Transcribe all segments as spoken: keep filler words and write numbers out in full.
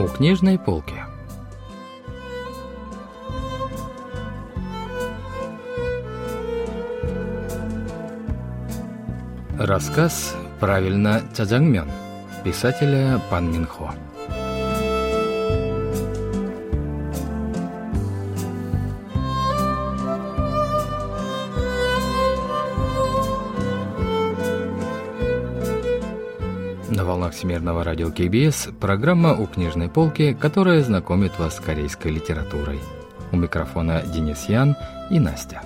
книжной полки. Рассказ «Правильно Чжаджангмён» писателя Пан Мин Хо. На волнах Всемирного радио кей би эс программа «У книжной полки», которая знакомит вас с корейской литературой. У микрофона Денис Ян и Настя.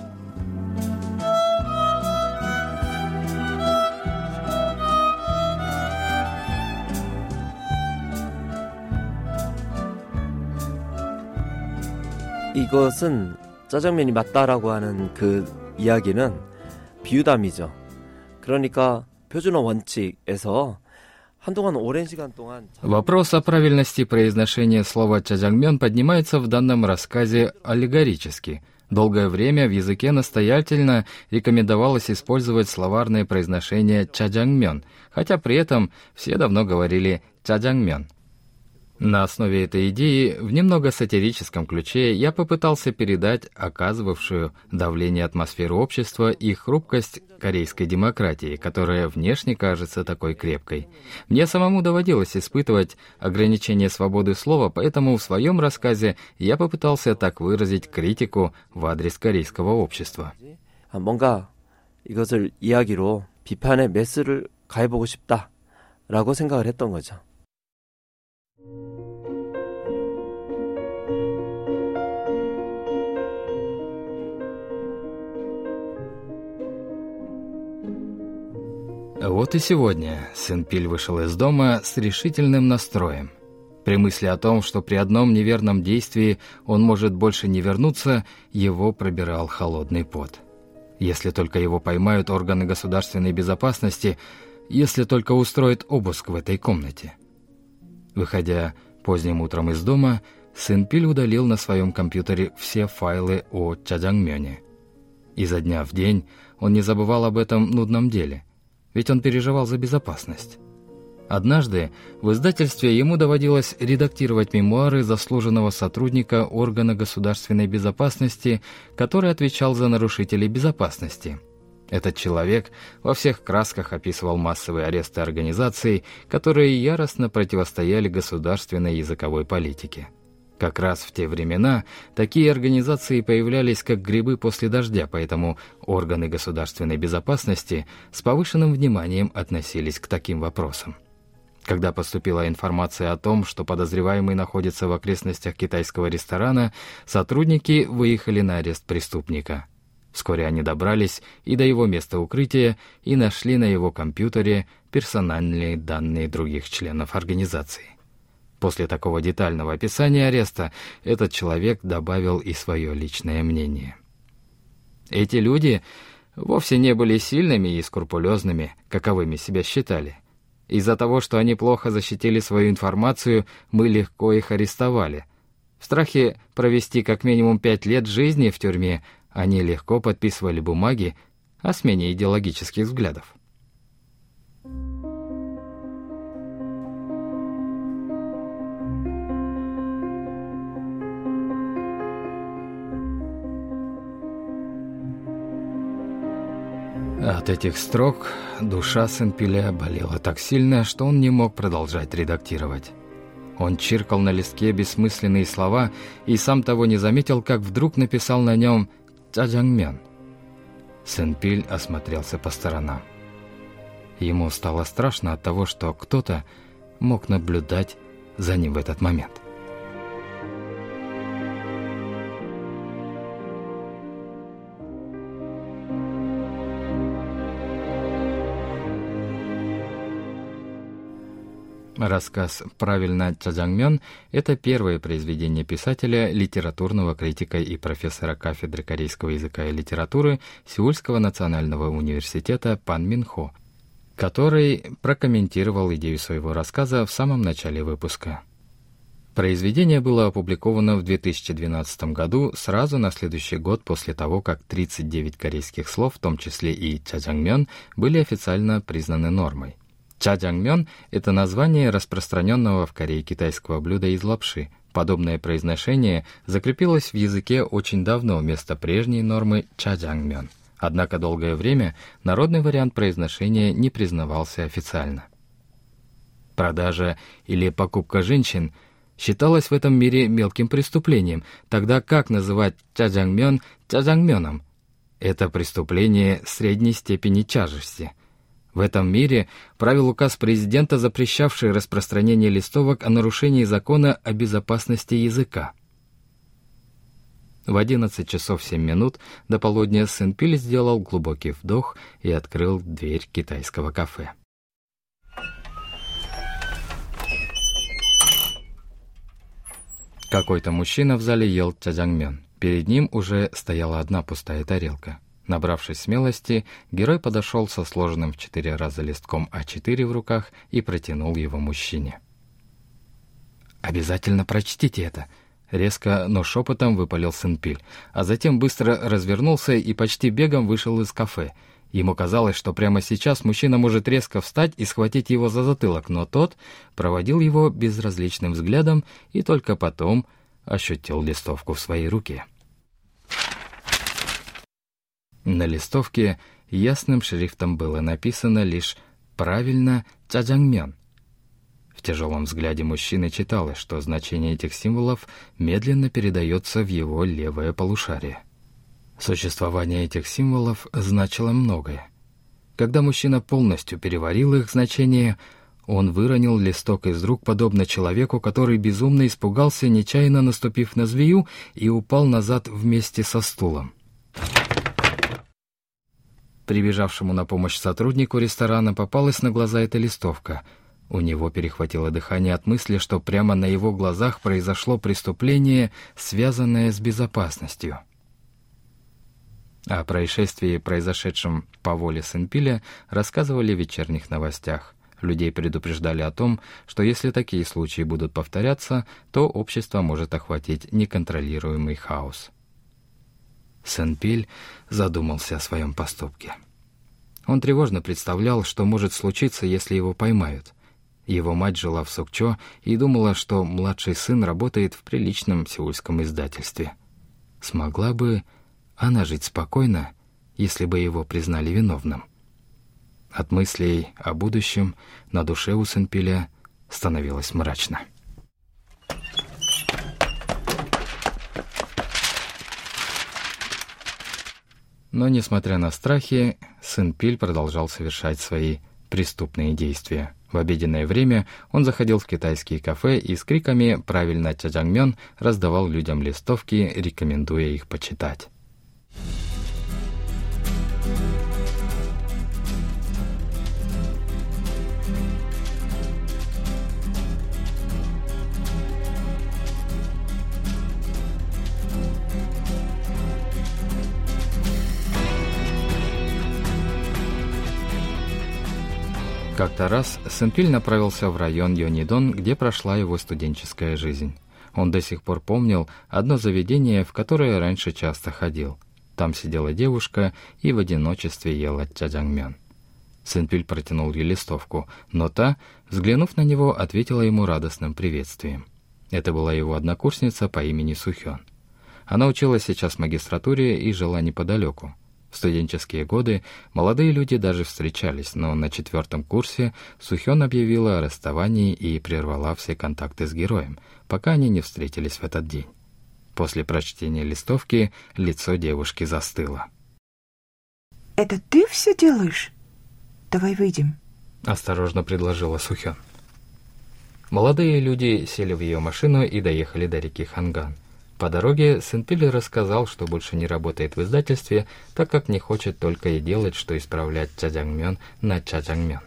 이것은 짜장면이 맞다라고 하는 그 이야기는 비유담이죠. 그러니까 표준어 원칙에서 한동안 오랜 시간 동안 Вопрос о правильности произношения слова «чжаджангмён» поднимается в данном рассказе аллегорически. Долгое время в языке настоятельно рекомендовалось использовать словарное произношение «чжаджангмён», хотя при этом все давно говорили «чжаджангмён». На основе этой идеи, в немного сатирическом ключе, я попытался передать оказывавшую давление атмосферу общества и хрупкость корейской демократии, которая внешне кажется такой крепкой. Мне самому доводилось испытывать ограничение свободы слова, поэтому в своем рассказе я попытался так выразить критику в адрес корейского общества. 뭔가 이것을 이야기로 비판의 메스를 가해보고 싶다라고 생각을 했던 거죠. Вот и сегодня сын Пиль вышел из дома с решительным настроем. При мысли о том, что при одном неверном действии он может больше не вернуться, его пробирал холодный пот. Если только его поймают органы государственной безопасности, если только устроят обыск в этой комнате. Выходя поздним утром из дома, сын Пиль удалил на своем компьютере все файлы о Чжаджангмёне. Изо дня в день он не забывал об этом нудном деле, ведь он переживал за безопасность. Однажды в издательстве ему доводилось редактировать мемуары заслуженного сотрудника органа государственной безопасности, который отвечал за нарушителей безопасности. Этот человек во всех красках описывал массовые аресты организаций, которые яростно противостояли государственной языковой политике. Как раз в те времена такие организации появлялись как грибы после дождя, поэтому органы государственной безопасности с повышенным вниманием относились к таким вопросам. Когда поступила информация о том, что подозреваемый находится в окрестностях китайского ресторана, сотрудники выехали на арест преступника. Вскоре они добрались и до его места укрытия и нашли на его компьютере персональные данные других членов организации. После такого детального описания ареста этот человек добавил и свое личное мнение. Эти люди вовсе не были сильными и скрупулезными, каковыми себя считали. Из-за того, что они плохо защитили свою информацию, мы легко их арестовали. В страхе провести как минимум пять лет жизни в тюрьме они легко подписывали бумаги о смене идеологических взглядов. От этих строк душа сын Пиля болела так сильно, что он не мог продолжать редактировать. Он чиркал на листке бессмысленные слова и сам того не заметил, как вдруг написал на нем «Чжаджангмён». Сын Пиль осмотрелся по сторонам. Ему стало страшно от того, что кто-то мог наблюдать за ним в этот момент. Рассказ «Правильно Чжаджангмён» — это первое произведение писателя, литературного критика и профессора кафедры корейского языка и литературы Сеульского национального университета Пан Мин Хо, который прокомментировал идею своего рассказа в самом начале выпуска. Произведение было опубликовано в две тысячи двенадцатом году, сразу на следующий год после того, как тридцать девять корейских слов, в том числе и «чжаджангмён», были официально признаны нормой. Чжаджангмён – это название распространенного в Корее китайского блюда из лапши. Подобное произношение закрепилось в языке очень давно вместо прежней нормы чжаджангмён. Однако долгое время народный вариант произношения не признавался официально. Продажа или покупка женщин считалась в этом мире мелким преступлением, тогда как называть чжаджангмён чжаджангмёном? Это преступление средней степени тяжести. В этом мире правил указ президента, запрещавший распространение листовок о нарушении закона о безопасности языка. В одиннадцать часов семь минут до полудня Сен-Пиль сделал глубокий вдох и открыл дверь китайского кафе. Какой-то мужчина в зале ел чжаджангмён. Перед ним уже стояла одна пустая тарелка. Набравшись смелости, герой подошел со сложенным в четыре раза листком а четыре в руках и протянул его мужчине. «Обязательно прочтите это!» — резко, но шепотом выпалил Сен-Пиль, а затем быстро развернулся и почти бегом вышел из кафе. Ему казалось, что прямо сейчас мужчина может резко встать и схватить его за затылок, но тот проводил его безразличным взглядом и только потом ощутил листовку в своей руке. На листовке ясным шрифтом было написано лишь «правильно чжаджангмён». В тяжелом взгляде мужчины читалось, что значение этих символов медленно передается в его левое полушарие. Существование этих символов значило многое. Когда мужчина полностью переварил их значение, он выронил листок из рук, подобно человеку, который безумно испугался, нечаянно наступив на змею, и упал назад вместе со стулом. Прибежавшему на помощь сотруднику ресторана попалась на глаза эта листовка. У него перехватило дыхание от мысли, что прямо на его глазах произошло преступление, связанное с безопасностью. О происшествии, произошедшем по воле Сен-Пиля, рассказывали в вечерних новостях. Людей предупреждали о том, что если такие случаи будут повторяться, то общество может охватить неконтролируемый хаос. Сен-Пиль задумался о своем поступке. Он тревожно представлял, что может случиться, если его поймают. Его мать жила в Сукчо и думала, что младший сын работает в приличном сеульском издательстве. Смогла бы она жить спокойно, если бы его признали виновным? От мыслей о будущем на душе у Сен-Пиля становилось мрачно. Но, несмотря на страхи, Сен-Пиль продолжал совершать свои преступные действия. В обеденное время он заходил в китайские кафе и с криками «Правильно чжаджангмён» раздавал людям листовки, рекомендуя их почитать. Как-то раз Сен-Пиль направился в район Йонидон, где прошла его студенческая жизнь. Он до сих пор помнил одно заведение, в которое раньше часто ходил. Там сидела девушка и в одиночестве ела чжаджангмён. Сен-Пиль протянул ей листовку, но та, взглянув на него, ответила ему радостным приветствием. Это была его однокурсница по имени Сухён. Она училась сейчас в магистратуре и жила неподалеку. В студенческие годы молодые люди даже встречались, но на четвертом курсе Сухён объявила о расставании и прервала все контакты с героем, пока они не встретились в этот день. После прочтения листовки лицо девушки застыло. «Это ты все делаешь? Давай выйдем», — осторожно предложила Сухён. Молодые люди сели в ее машину и доехали до реки Ханган. По дороге Сен-Пиль рассказал, что больше не работает в издательстве, так как не хочет только и делать, что исправлять чжаджангмён на чжаджангмён.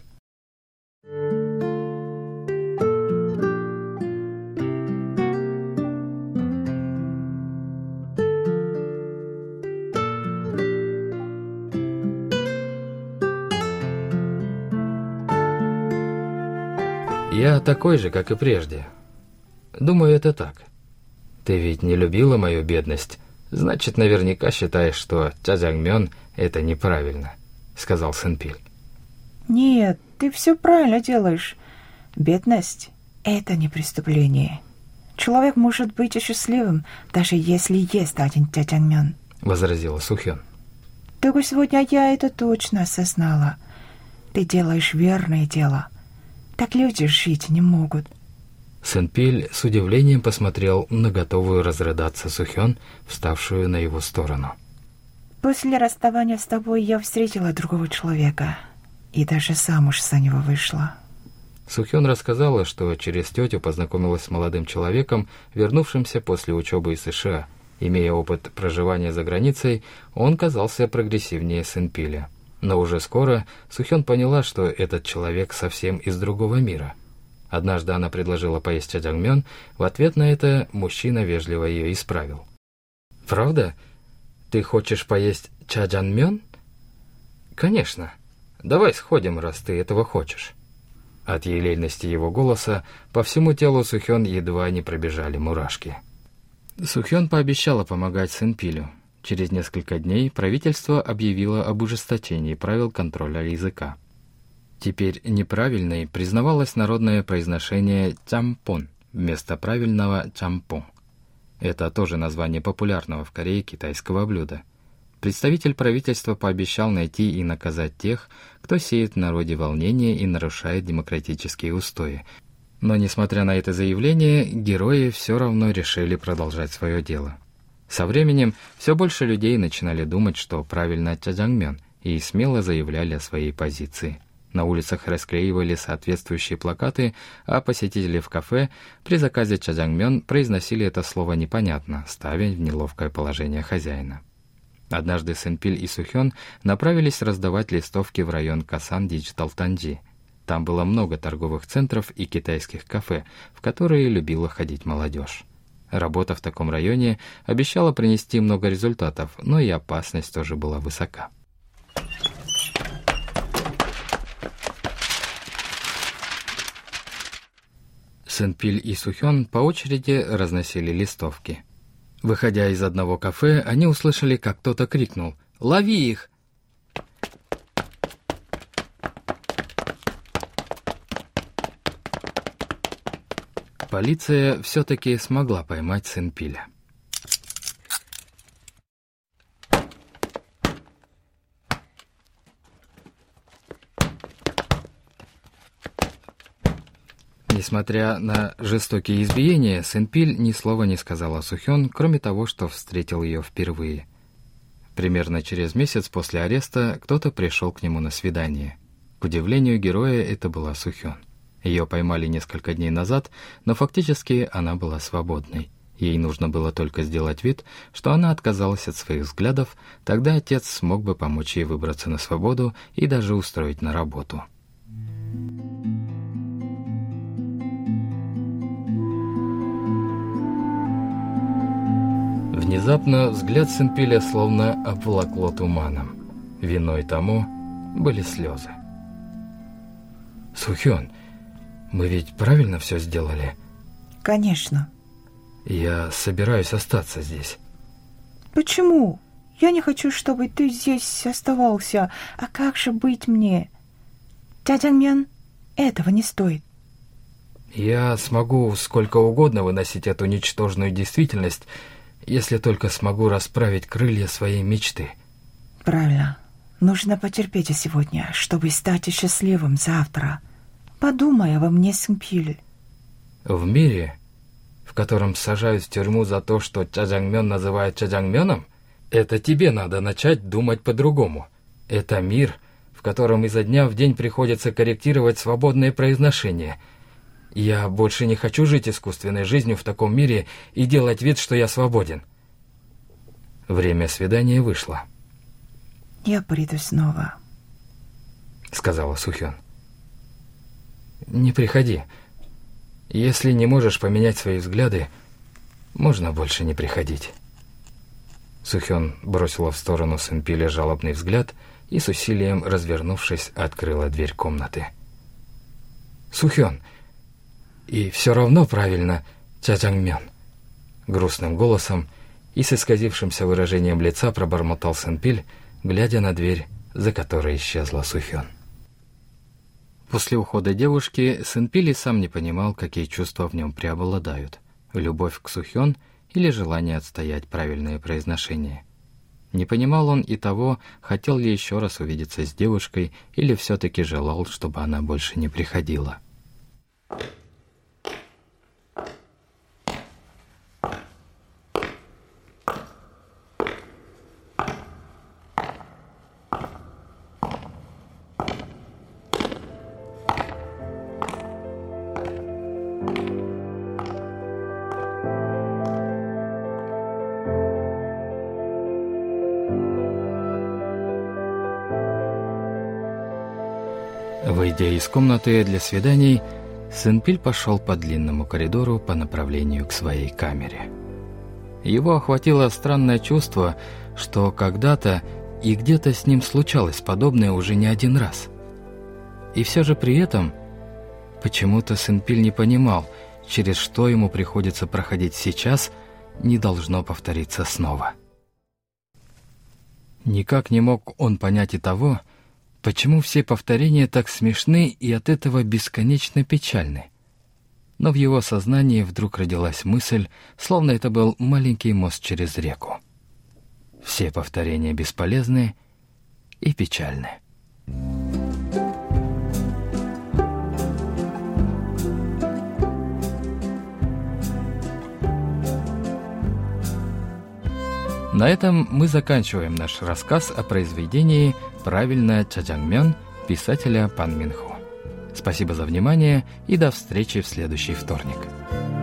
«Я такой же, как и прежде. Думаю, это так. Ты ведь не любила мою бедность, значит, наверняка считаешь, что чжаджангмён — это неправильно», — сказал Сен-Пиль. «Нет, ты все правильно делаешь. Бедность — это не преступление. Человек может быть счастливым, даже если есть один джажангмён, — возразила Сухён. Только сегодня я это точно осознала. Ты делаешь верное дело. Так люди жить не могут. Сэнпиль с удивлением посмотрел на готовую разрыдаться Сухён, вставшую на его сторону. После расставания с тобой я встретила другого человека и даже замуж за него вышла. Сухён рассказала, что через тетю познакомилась с молодым человеком, вернувшимся после учебы из США. Имея опыт проживания за границей, он казался прогрессивнее Сэнпиля. Но уже скоро Сухён поняла, что этот человек совсем из другого мира. Однажды она предложила поесть джажангмён, в ответ на это мужчина вежливо ее исправил. «Правда? Ты хочешь поесть джажангмён? Конечно. Давай сходим, раз ты этого хочешь». От елейности его голоса по всему телу Сухён едва не пробежали мурашки. Сухён пообещала помогать Сэнпилю. Через несколько дней правительство объявило об ужесточении правил контроля языка. Теперь неправильной признавалось народное произношение «чампон» вместо правильного «чампо». Это тоже название популярного в Корее китайского блюда. Представитель правительства пообещал найти и наказать тех, кто сеет в народе волнение и нарушает демократические устои. Но, несмотря на это заявление, герои все равно решили продолжать свое дело. Со временем все больше людей начинали думать, что правильно джажангмён, и смело заявляли о своей позиции. На улицах расклеивали соответствующие плакаты, а посетители в кафе при заказе джажангмён произносили это слово непонятно, ставя в неловкое положение хозяина. Однажды Сэнпиль и Сухён направились раздавать листовки в район Касан Диджитал Танджи. Там было много торговых центров и китайских кафе, в которые любила ходить молодежь. Работа в таком районе обещала принести много результатов, но и опасность тоже была высока. Сэнпиль и Сухён по очереди разносили листовки. Выходя из одного кафе, они услышали, как кто-то крикнул «Лови их!». Полиция все-таки смогла поймать Сэнпиля. Несмотря на жестокие избиения, Сэнпиль ни слова не сказал о Сухён, кроме того, что встретил ее впервые. Примерно через месяц после ареста кто-то пришел к нему на свидание. К удивлению героя, это была Сухён. Ее поймали несколько дней назад, но фактически она была свободной. Ей нужно было только сделать вид, что она отказалась от своих взглядов, тогда отец смог бы помочь ей выбраться на свободу и даже устроить на работу. Внезапно взгляд Сэнпиля словно обволокло туманом. Виной тому были слезы. «Сухён, мы ведь правильно все сделали?» Конечно. «Я собираюсь остаться здесь». Почему? Я не хочу, чтобы ты здесь оставался. А как же быть мне? Джажангмён этого не стоит. «Я смогу сколько угодно выносить эту ничтожную действительность, если только смогу расправить крылья своей мечты». Правильно. Нужно потерпеть сегодня, чтобы стать счастливым завтра. Подумай обо мне, Сэнпиль. В мире, в котором сажают в тюрьму за то, что джажангмён называют джажангмёном, это тебе надо начать думать по-другому. Это мир, в котором изо дня в день приходится корректировать свободное произношение. Я больше не хочу жить искусственной жизнью в таком мире и делать вид, что я свободен. Время свидания вышло. «Я приду снова», — сказала Сухён. «Не приходи. Если не можешь поменять свои взгляды, можно больше не приходить». Сухён бросила в сторону Сэнпиля жалобный взгляд и с усилием, развернувшись, открыла дверь комнаты. «Сухён, и все равно правильно, джажангмён», — грустным голосом и с исказившимся выражением лица пробормотал Сэнпиль, глядя на дверь, за которой исчезла Сухён. После ухода девушки Сынпиль и сам не понимал, какие чувства в нем преобладают – любовь к Сухён или желание отстоять правильное произношение. Не понимал он и того, хотел ли еще раз увидеться с девушкой или все-таки желал, чтобы она больше не приходила. Выйдя из комнаты для свиданий, Сынпиль пошел по длинному коридору по направлению к своей камере. Его охватило странное чувство, что когда-то и где-то с ним случалось подобное уже не один раз. И все же при этом почему-то Сынпиль не понимал, через что ему приходится проходить сейчас, не должно повториться снова. Никак не мог он понять и того, почему все повторения так смешны и от этого бесконечно печальны. Но в его сознании вдруг родилась мысль, словно это был маленький мост через реку. Все повторения бесполезны и печальны. На этом мы заканчиваем наш рассказ о произведении «Правильно Чжаджангмён» писателя Пан Минхо. Спасибо за внимание и до встречи в следующий вторник.